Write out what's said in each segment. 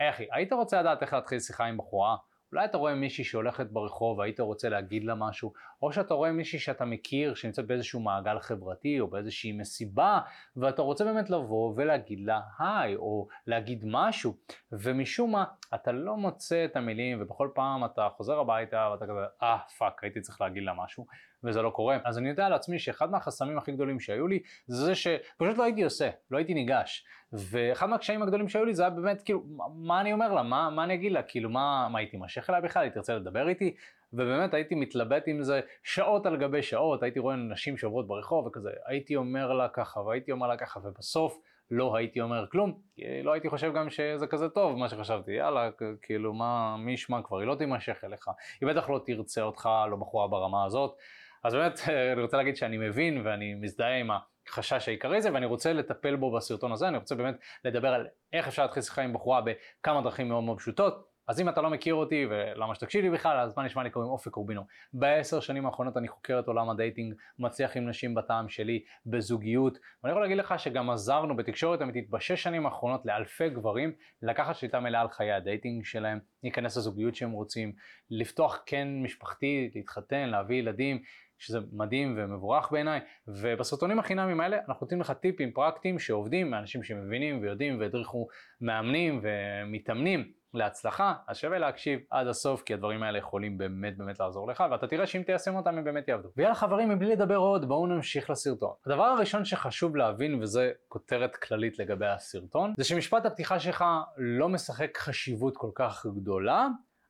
אחי, היית רוצה לדעת איך להתחיל שיחה עם בחורה? אולי אתה רואה מישהי שהולכת ברחוב והיית רוצה להגיד לה משהו, או שאתה רואה מישהי שאתה מכיר שנמצאת באיזשהו מעגל חברתי או באיזושהי מסיבה, ואתה רוצה באמת לבוא ולהגיד לה היי, או להגיד משהו, ומשום מה אתה לא מוצא את המילים, ובכל פעם אתה חוזר הביתה ואתה כזה, פאק, הייתי צריך להגיד לה משהו, וזה לא קורה. אז אני יודע על עצמי שאחד מהחסמים הכי גדולים שהיו לי, זה שפשוט לא הייתי עושה, לא הייתי ניגש. ואחד מהקשיים הגדולים שהיו לי זה היה באמת, כאילו, מה אני אומר לה? מה אני אגיד לה? כאילו, מה הייתי משך אליה בכלל? היא תרצה לדבר איתי? ובאמת הייתי מתלבט עם זה שעות על גבי שעות, הייתי רואה נשים שעוברות ברחוב וכזה, הייתי אומר לה ככה והייתי אומר לה ככה, ובסוף לא הייתי אומר כלום, כי לא הייתי חושב גם שזה כזה טוב מה שחשבתי, יאללה, כאילו, מי ישמע כבר, היא לא תימשך אליך, היא בטח לא תרצה אותך, לא בחורה ברמה הזאת. אז באמת אני רוצה להגיד שאני מבין ואני מזדהה עם החשש העיקרי הזה, ואני רוצה לטפל בו בסרטון הזה. אני רוצה באמת לדבר על איך אפשר להתחיל שיחה עם בחורה בכמה דרכים מאוד מאוד פשוטות. אז אם אתה לא מכיר אותי ולמה שתקשיב לי בכלל, אז מה נשמע לי? קוראים אופק רובינו. ב10 שנים האחרונות אני חוקר את עולם הדייטינג, מצליח עם נשים בטעם שלי, בזוגיות, ואני יכול להגיד לך שגם עזרנו בתקשורת אמיתית ב6 שנים האחרונות לאלפי גברים לקחת שליטה מלאה על חיי הדייטינג שלהם, להיכנס לזוגיות שהם רוצים, לפתוח קן משפחתי, להתחתן, להביא ילדים, שזה מדהים ומבורך בעיניי. ובסרטונים החינמיים האלה אנחנו נותנים לך טיפים פרקטיים שעובדים מאנשים שמבינים ויודעים והדריכו מאמנים ומתאמנים להצלחה. אז שווה להקשיב עד הסוף, כי הדברים האלה יכולים באמת לעזור לך, ואתה תראה שאם תיישם אותם הם באמת יעבדו. ויאללה חברים, מבלי לדבר עוד, בואו נמשיך לסרטון. הדבר הראשון שחשוב להבין, וזה כותרת כללית לגבי הסרטון, זה שמשפט הפתיחה שלך לא משחק חשיבות כל כך גדולה,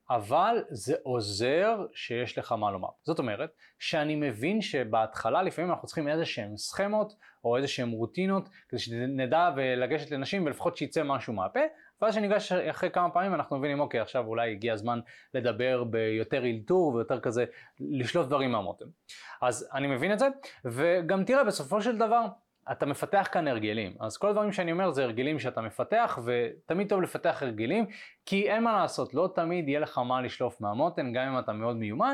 אבל זה עוזר שיש לך מה לומר. זאת אומרת, שאני מבין שבהתחלה לפעמים אנחנו צריכים איזשהם סכמות או איזשהם רוטינות, כדי שנדע ולגשת לנשים ולפחות שיצא משהו מהפה, ואז שניגש אחרי כמה פעמים אנחנו מבינים, אוקיי, עכשיו אולי הגיע הזמן לדבר ביותר אילתור ויותר כזה, לשלוף דברים מהמותן. אז אני מבין את זה, וגם תראה, בסופו של דבר, אתה מפתח כאן הרגלים. אז כל הדברים שאני אומר זה הרגלים שאתה מפתח, ותמיד טוב לפתח הרגלים, כי אין מה לעשות, לא תמיד יהיה לך מה לשלוף מהמותן, גם אם אתה מאוד מיומן,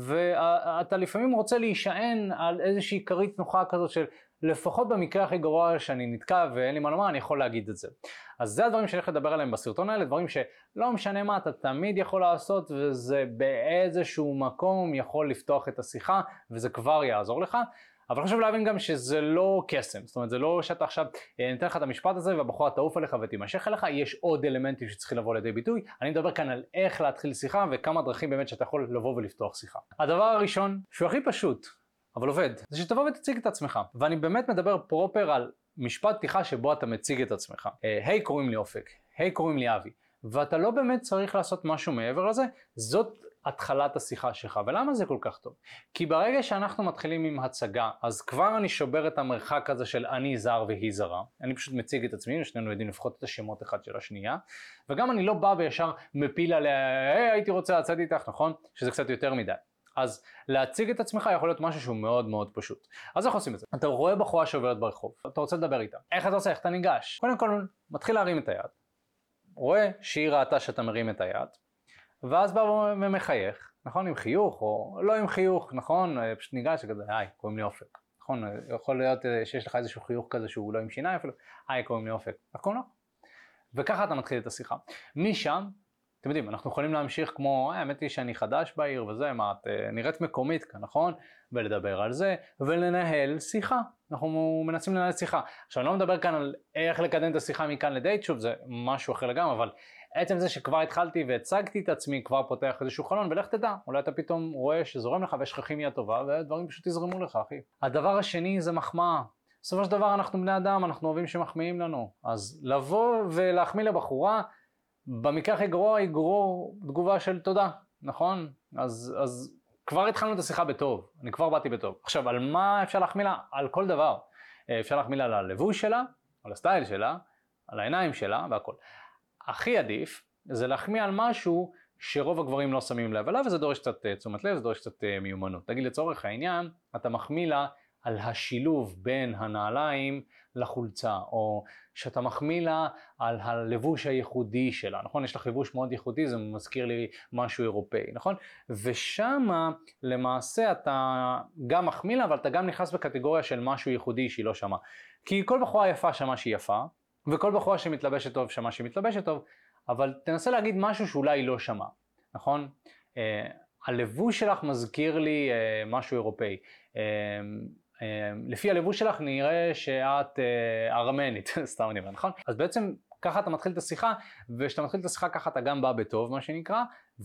ואתה לפעמים רוצה להישען על איזושהי כרית נוחה כזאת של לפחות במקרה הכי גרוע שאני נתקע ואין לי מה לומר, אני יכול להגיד את זה. אז זה הדברים שאני הולך לדבר עליהם בסרטון האלה, דברים שלא משנה מה, אתה תמיד יכול לעשות, וזה באיזשהו מקום יכול לפתוח את השיחה, וזה כבר יעזור לך. אבל חשוב להבין גם שזה לא קסם, זאת אומרת זה לא שאתה עכשיו ניתן לך את המשפט הזה והבחורה תעוף עליך ותימשך אליך, יש עוד אלמנטים שצריכים לבוא לידי ביטוי. אני מדבר כאן על איך להתחיל שיחה וכמה דרכים באמת שאתה יכול לבוא ולפתוח שיחה. הדבר הראשון, שהוא הכי פשוט, אבל עובד, זה שתבוא ותציג את עצמך. ואני באמת מדבר פרופר על משפט פתיחה שבו אתה מציג את עצמך. היי, קוראים לי אופק, היי, קוראים לי אבי. ואתה לא באמת צריך לעשות משהו מעבר לזה, זאת התחלת השיחה שלך. ולמה זה כל כך טוב? כי ברגע שאנחנו מתחילים עם הצגה, אז כבר אני שובר את המרחק הזה של אני זר והיא זרה. אני פשוט מציג את עצמי, ושנינו יודעים לפחות את השמות אחד של השנייה. וגם אני לא בא וישר מפיל עליה, היי, הייתי רוצה לצאת איתך, נכון? שזה קצת יותר מדי. אז להציג את עצמך יכול להיות משהו שהוא מאוד פשוט. אז איך עושים את זה? אתה רואה בחורה שעוברת ברחוב, אתה רוצה לדבר איתה. איך אתה עושה? איך אתה ניגש? קודם כל, מתחיל להרים את היד. רואה שהיא ראתה שאתה מרים את היד, ואז בא ומחייך, נכון? עם חיוך או לא עם חיוך, נכון? פשוט ניגש כזה, היי, קוראים לי אופק. נכון? יכול להיות שיש לך איזשהו חיוך כזה שהוא לא עם שיניים אפילו, היי, קוראים לי אופק. נכון? וככה אתה מתחיל את השיחה. משם, אתם יודעים, אנחנו יכולים להמשיך כמו, האמת היא שאני חדש בעיר וזה, מה, את נראית מקומית כאן, נכון? ולדבר על זה, ולנהל שיחה. אנחנו מנסים לנהל שיחה. עכשיו, אני לא מדבר כאן על איך לקדם את השיחה מכאן לדייט, שוב, זה משהו אחר לגמרי, אבל עצם זה שכבר התחלתי והצגתי את עצמי, כבר פותח איזשהו חלון, ולך תדע, אולי אתה פתאום רואה שזורם לך ויש לך כימיה טובה, ודברים פשוט יזרמו לך, אחי. הדבר השני זה מחמאה. בסופו של דבר אנחנו בני אדם, אנחנו אוהבים שמחמיאים לנו. אז לבוא ולהחמיא לבחורה, במקרה הכי גרוע יגרור תגובה של תודה, נכון? אז כבר התחלנו את השיחה בטוב, אני כבר באתי בטוב. עכשיו, על מה אפשר להחמיא לה? על כל דבר. אפשר להחמיא לה על הלבוש שלה, על הסטייל שלה, על העיניים שלה והכל. הכי עדיף זה להחמיא על משהו שרוב הגברים לא שמים לב עליו, וזה דורש קצת תשומת לב, זה דורש קצת מיומנות. תגיד לצורך העניין, אתה מחמיא לה על השילוב בין הנעליים לחולצה, או שאתה מחמיא לה על הלבוש הייחודי שלה, נכון? יש לך לבוש מאוד ייחודי, זה מזכיר לי משהו אירופאי, נכון? ושמה למעשה אתה גם מחמיא לה, אבל אתה גם נכנס בקטגוריה של משהו ייחודי שהיא לא שמה. כי כל בחורה יפה שמה שהיא יפה, וכל בחורה שמתלבשת טוב שמה שהיא מתלבשת טוב, אבל תנסה להגיד משהו שאולי לא שמע, נכון? הלבוש שלך מזכיר לי משהו אירופאי. לפי הלבוש שלך נראה שאת ארמנית, סתם אני אומר, נכון? אז בעצם ככה אתה מתחיל את השיחה, וכשאתה מתחיל את השיחה ככה אתה גם בא בטוב, מה שנקרא,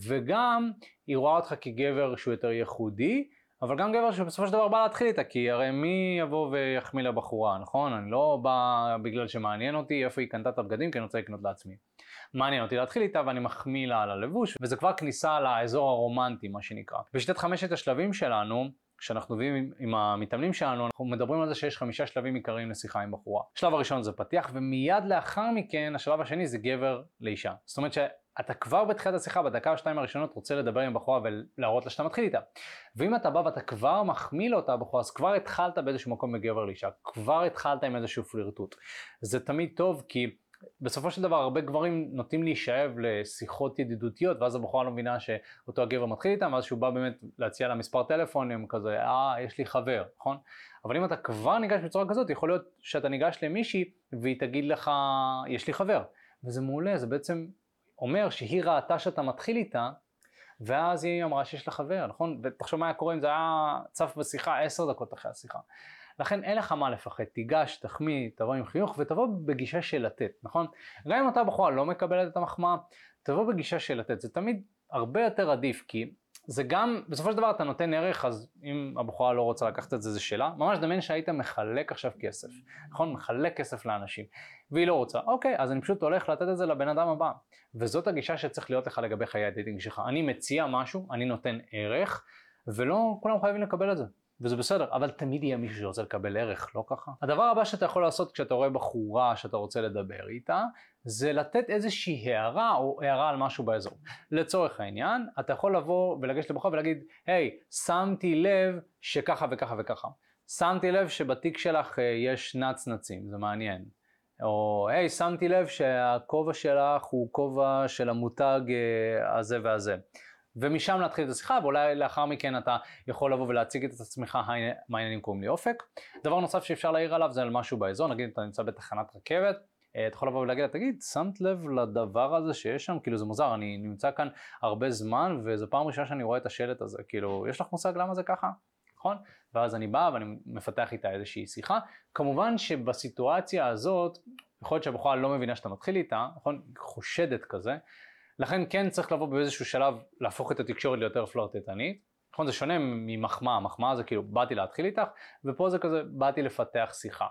וגם היא רואה אותך כגבר שהוא יותר ייחודי, אבל גם גבר שבסופו של דבר בא להתחיל איתה, כי הרי מי יבוא ויחמיא לבחורה, נכון? אני לא בא בגלל שמעניין אותי איפה היא קנתה את הבגדים, כי אני רוצה לקנות לעצמי. מעניין אותי להתחיל איתה ואני מחמיא לה על הלבוש, וזה כבר כניסה לאזור הרומנטי, מה שנקרא. בשיטת 5 השלבים שלנו, כשאנחנו עובדים עם המתאמנים שלנו, אנחנו מדברים על זה שיש 5 שלבים עיקריים לשיחה עם בחורה. השלב הראשון זה פתיח, ומיד לאחר מכן, השלב השני זה גבר לאישה. זאת אומרת שאתה כבר בתחילת השיחה, בדקה או 2 הראשונות, רוצה לדבר עם בחורה ולהראות לה שאתה מתחיל איתה. ואם אתה בא ואתה כבר מחמיא לאותה בחורה, אז כבר התחלת באיזשהו מקום מגבר לאישה, כבר התחלת עם איזשהו פלירטוט. זה תמיד טוב כי בסופו של דבר הרבה גברים נוטים להישאב לשיחות ידידותיות, ואז הבחורה לא מבינה שאותו הגבר מתחיל איתם, ואז שהוא בא באמת להציע לה מספר טלפונים כזה, יש לי חבר, נכון? אבל אם אתה כבר ניגש בצורה כזאת, יכול להיות שאתה ניגש למישהי והיא תגיד לך, יש לי חבר. וזה מעולה, זה בעצם אומר שהיא ראתה שאתה מתחיל איתה, ואז היא אמרה שיש לה חבר, נכון? ותחשוב מה היה קורה אם זה היה צף בשיחה 10 דקות אחרי השיחה. לכן אין לך מה לפחד, תיגש, תחמיא, תבוא עם חיוך ותבוא בגישה של לתת, נכון? גם אם אותה בחורה לא מקבלת את המחמאה, תבוא בגישה של לתת, זה תמיד הרבה יותר עדיף, כי זה גם, בסופו של דבר אתה נותן ערך, אז אם הבחורה לא רוצה לקחת את זה, זה שלה, ממש דמיין שהיית מחלק עכשיו כסף, נכון? מחלק כסף לאנשים, והיא לא רוצה, אוקיי, אז אני פשוט הולך לתת את זה לבן אדם הבא, וזאת הגישה שצריך להיות לך לגבי חיי הדייטינג שלך, אני מציע משהו, אני נותן ערך, ולא כולם חייבים לקבל את זה. וזה בסדר, אבל תמיד יהיה מישהו שרוצה לקבל ערך, לא ככה? הדבר הבא שאתה יכול לעשות כשאתה רואה בחורה שאתה רוצה לדבר איתה, זה לתת איזושהי הערה או הערה על משהו באזור. לצורך העניין, אתה יכול לבוא ולגשת לבחורה ולהגיד, היי, שמתי לב שככה וככה וככה. שמתי לב שבתיק שלך יש נצנצים, זה מעניין. או, היי, שמתי לב שהכובע שלך הוא כובע של המותג הזה והזה. ומשם להתחיל את השיחה, ואולי לאחר מכן אתה יכול לבוא ולהציג את עצמך, היי, מה העניינים, קוראים לי אופק. דבר נוסף שאפשר להעיר עליו זה על משהו באזור, נגיד אתה נמצא בתחנת רכבת, אתה יכול לבוא ולהגיד, תגיד, שמת לב לדבר הזה שיש שם? כאילו זה מוזר, אני נמצא כאן הרבה זמן, וזו פעם ראשונה שאני רואה את השלט הזה, כאילו, יש לך מושג למה זה ככה? נכון? ואז אני בא ואני מפתח איתה איזושהי שיחה. כמובן שבסיטואציה הזאת, יכול להיות שהבחורה לא מבינה שאתה מתחיל איתה, נכון? חושדת כזה. לכן כן צריך לבוא באיזשהו שלב להפוך את התקשורת ליותר פלרטטנית. נכון, זה שונה ממחמאה, מחמאה זה כאילו באתי להתחיל איתך, ופה זה כזה באתי לפתח שיחה,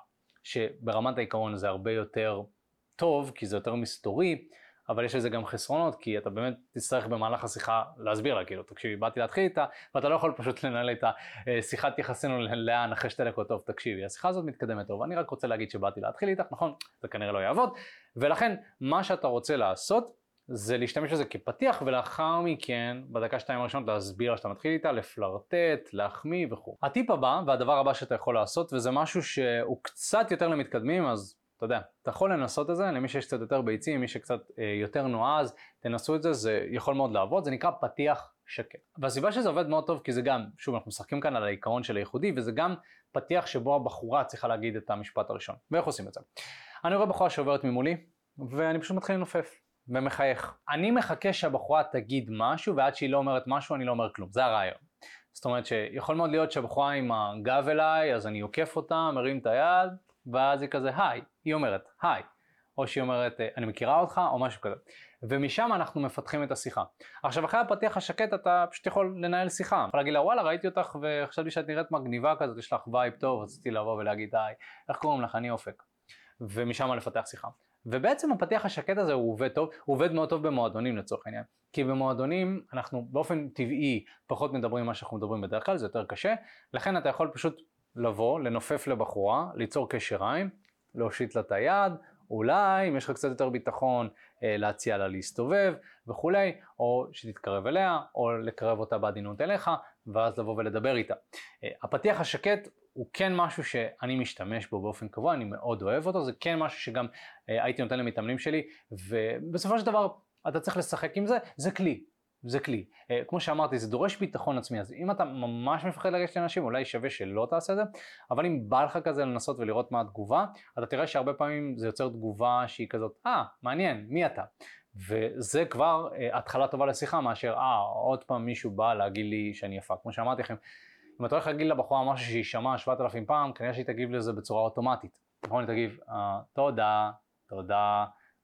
שברמת העיקרון זה הרבה יותר טוב, כי זה יותר מסתורי, אבל יש לזה גם חסרונות, כי אתה באמת תצטרך במהלך השיחה להסביר לה, כאילו, תקשיבי, באתי להתחיל איתה, ואתה לא יכול פשוט לנהל את השיחת יחסינו לאן אחרי 2 דקות, טוב, תקשיבי, השיחה הזאת מתקדמת טוב, אני רק רוצה להגיד שבאתי להתחיל איתך, נכון, זה כנראה לא יעבוד, ולכן מה שאתה רוצה לעשות, זה להשתמש בזה כפתיח, ולאחר מכן, בדקה 2 הראשונות, להסביר שאתה מתחיל איתה, לפלרטט, להחמיא וכו'. הטיפ הבא, והדבר הבא שאתה יכול לעשות, וזה משהו שהוא קצת יותר למתקדמים, אז אתה יודע, אתה יכול לנסות את זה, למי שיש קצת יותר ביצים, מי שקצת יותר נועז, תנסו את זה, זה יכול מאוד לעבוד, זה נקרא פתיח שקט. והסיבה שזה עובד מאוד טוב, כי זה גם, שוב, אנחנו משחקים כאן על העיקרון של הייחודי, וזה גם פתיח שבו הבחורה צריכה להגיד את המשפט הראשון. ואיך עושים את זה? אני רואה בחורה שעוברת ממולי, ואני פשוט מתחיל לנופף. ומחייך. אני מחכה שהבחורה תגיד משהו, ועד שהיא לא אומרת משהו, אני לא אומר כלום. זה הרעיון. זאת אומרת שיכול מאוד להיות שהבחורה עם הגב אליי, אז אני עוקף אותה, מרים את היד, ואז היא כזה, היי. היא אומרת, היי. או שהיא אומרת, אני מכירה אותך, או משהו כזה. ומשם אנחנו מפתחים את השיחה. עכשיו, אחרי הפתיח השקט, אתה פשוט יכול לנהל שיחה. יכול להגיד לה, וואלה, ראיתי אותך, וחשבתי שאת נראית מגניבה כזאת, יש לך וייב טוב, רציתי לבוא ולהגיד, היי, איך קוראים לך? אני אופק. ומשם לפתח שיחה. ובעצם הפתיח השקט הזה הוא עובד טוב, הוא עובד מאוד טוב במועדונים לצורך העניין. כי במועדונים אנחנו באופן טבעי פחות מדברים מה שאנחנו מדברים בדרך כלל, זה יותר קשה. לכן אתה יכול פשוט לבוא, לנופף לבחורה, ליצור קשר עין, להושיט לה את היד, אולי אם יש לך קצת יותר ביטחון להציע לה להסתובב וכולי, או שתתקרב אליה, או לקרב אותה בעדינות אליך, ואז לבוא ולדבר איתה. הפתיח השקט הוא כן משהו שאני משתמש בו באופן קבוע, אני מאוד אוהב אותו, זה כן משהו שגם הייתי נותן למתאמנים שלי, ובסופו של דבר אתה צריך לשחק עם זה, זה כלי. זה כלי. כמו שאמרתי, זה דורש ביטחון עצמי, אז אם אתה ממש מפחד לגשת לאנשים, אולי שווה שלא תעשה זה, אבל אם בא לך כזה לנסות ולראות מה התגובה, אתה תראה שהרבה פעמים זה יוצר תגובה שהיא כזאת, מעניין, מי אתה? וזה כבר התחלה טובה לשיחה מאשר, עוד פעם מישהו בא להגיד לי שאני יפה. כמו שאמרתי לכם, אם אתה הולך להגיד לבחורה משהו שהיא שמעה 7,000 פעם, כנראה שהיא תגיב לזה בצורה אוטומטית. נכון, היא תגיב, תודה, תודה,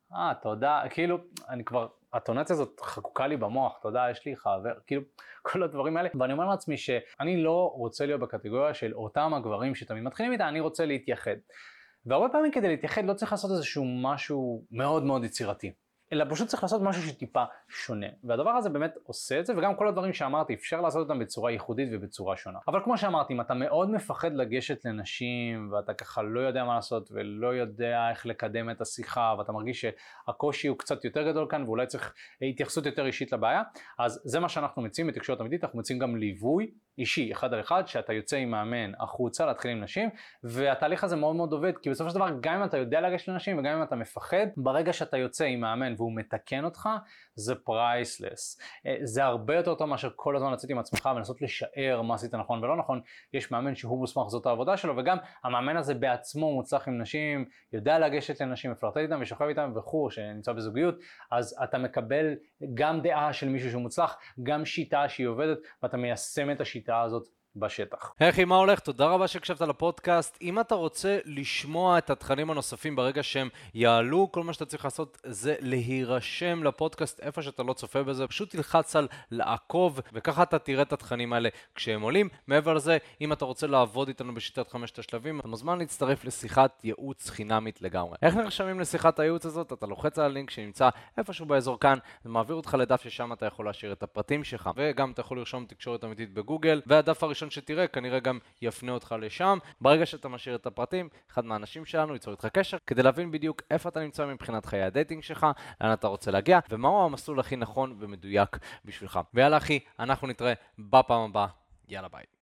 תודה, כאילו, אני כבר, הטונציה הזאת חקוקה לי במוח, תודה, יש לי חבר, כאילו, כל הדברים האלה. ואני אומר לעצמי שאני לא רוצה להיות בקטגוריה של אותם הגברים שתמיד מתחילים איתה, אני רוצה להתייחד. והרבה פעמים כדי להתייחד לא צריך לעשות איזשהו משהו מאוד מאוד יצירתי, אלא פשוט צריך לעשות משהו שטיפה שונה. והדבר הזה באמת עושה את זה, וגם כל הדברים שאמרתי, אפשר לעשות אותם בצורה ייחודית ובצורה שונה. אבל כמו שאמרתי, אם אתה מאוד מפחד לגשת לנשים, ואתה ככה לא יודע מה לעשות, ולא יודע איך לקדם את השיחה, ואתה מרגיש שהקושי הוא קצת יותר גדול כאן, ואולי צריך התייחסות יותר אישית לבעיה, אז זה מה שאנחנו מציעים בתקשורת אמיתית, אנחנו מציעים גם ליווי אישי, אחד על אחד, שאתה יוצא עם מאמן החוצה להתחיל עם נשים, והתהליך הזה מאוד מאוד עובד, כי בסופו של דבר, גם אם אתה יודע לגשת לנשים, וגם אם אתה מפחד, ברגע שאתה יוצא עם מאמן והוא מתקן אותך, זה פרייסלס. זה הרבה יותר טוב מאשר כל הזמן לצאת עם עצמך ולנסות לשער מה עשית נכון ולא נכון. יש מאמן שהוא מוסמך, זאת העבודה שלו, וגם המאמן הזה בעצמו מוצלח עם נשים, יודע לגשת לנשים, מפלרטט איתם ושוכב איתם וכו', שנמצא בזוגיות, אז אתה מקבל גם דעה של מישהו שהוא מוצלח, גם שיטה שהיא עובדת, ואתה מיישם את השיטה הזאת בשטח. היי, מה הולך? תודה רבה שהקשבת לפודקאסט. אם אתה רוצה לשמוע את התכנים הנוספים ברגע שהם יעלו, כל מה שאתה צריך לעשות זה להירשם לפודקאסט איפה שאתה לא צופה בזה. פשוט תלחץ על לעקוב, וככה אתה תראה את התכנים האלה כשהם עולים. מעבר לזה, אם אתה רוצה לעבוד איתנו בשיטת 5 השלבים, אתה מוזמן להצטרף לשיחת ייעוץ חינמית לגמרי. איך נרשמים לשיחת הייעוץ הזאת? אתה לוחץ על הלינק שנמצא איפשהו באזור כאן, זה מעביר אותך לדף ששם אתה יכול להשאיר את הפרטים שלך, וגם אתה יכול לרשום תקשורת אמיתית בגוגל, והדף הראשון שתראה כנראה גם יפנה אותך לשם. ברגע שאתה משאיר את הפרטים, אחד מהאנשים שלנו ייצור איתך קשר כדי להבין בדיוק איפה אתה נמצא מבחינת חיי הדייטינג שלך, לאן אתה רוצה להגיע, ומהו המסלול הכי נכון ומדויק בשבילך. ויאללה אחי, אנחנו נתראה בפעם הבאה. יאללה ביי.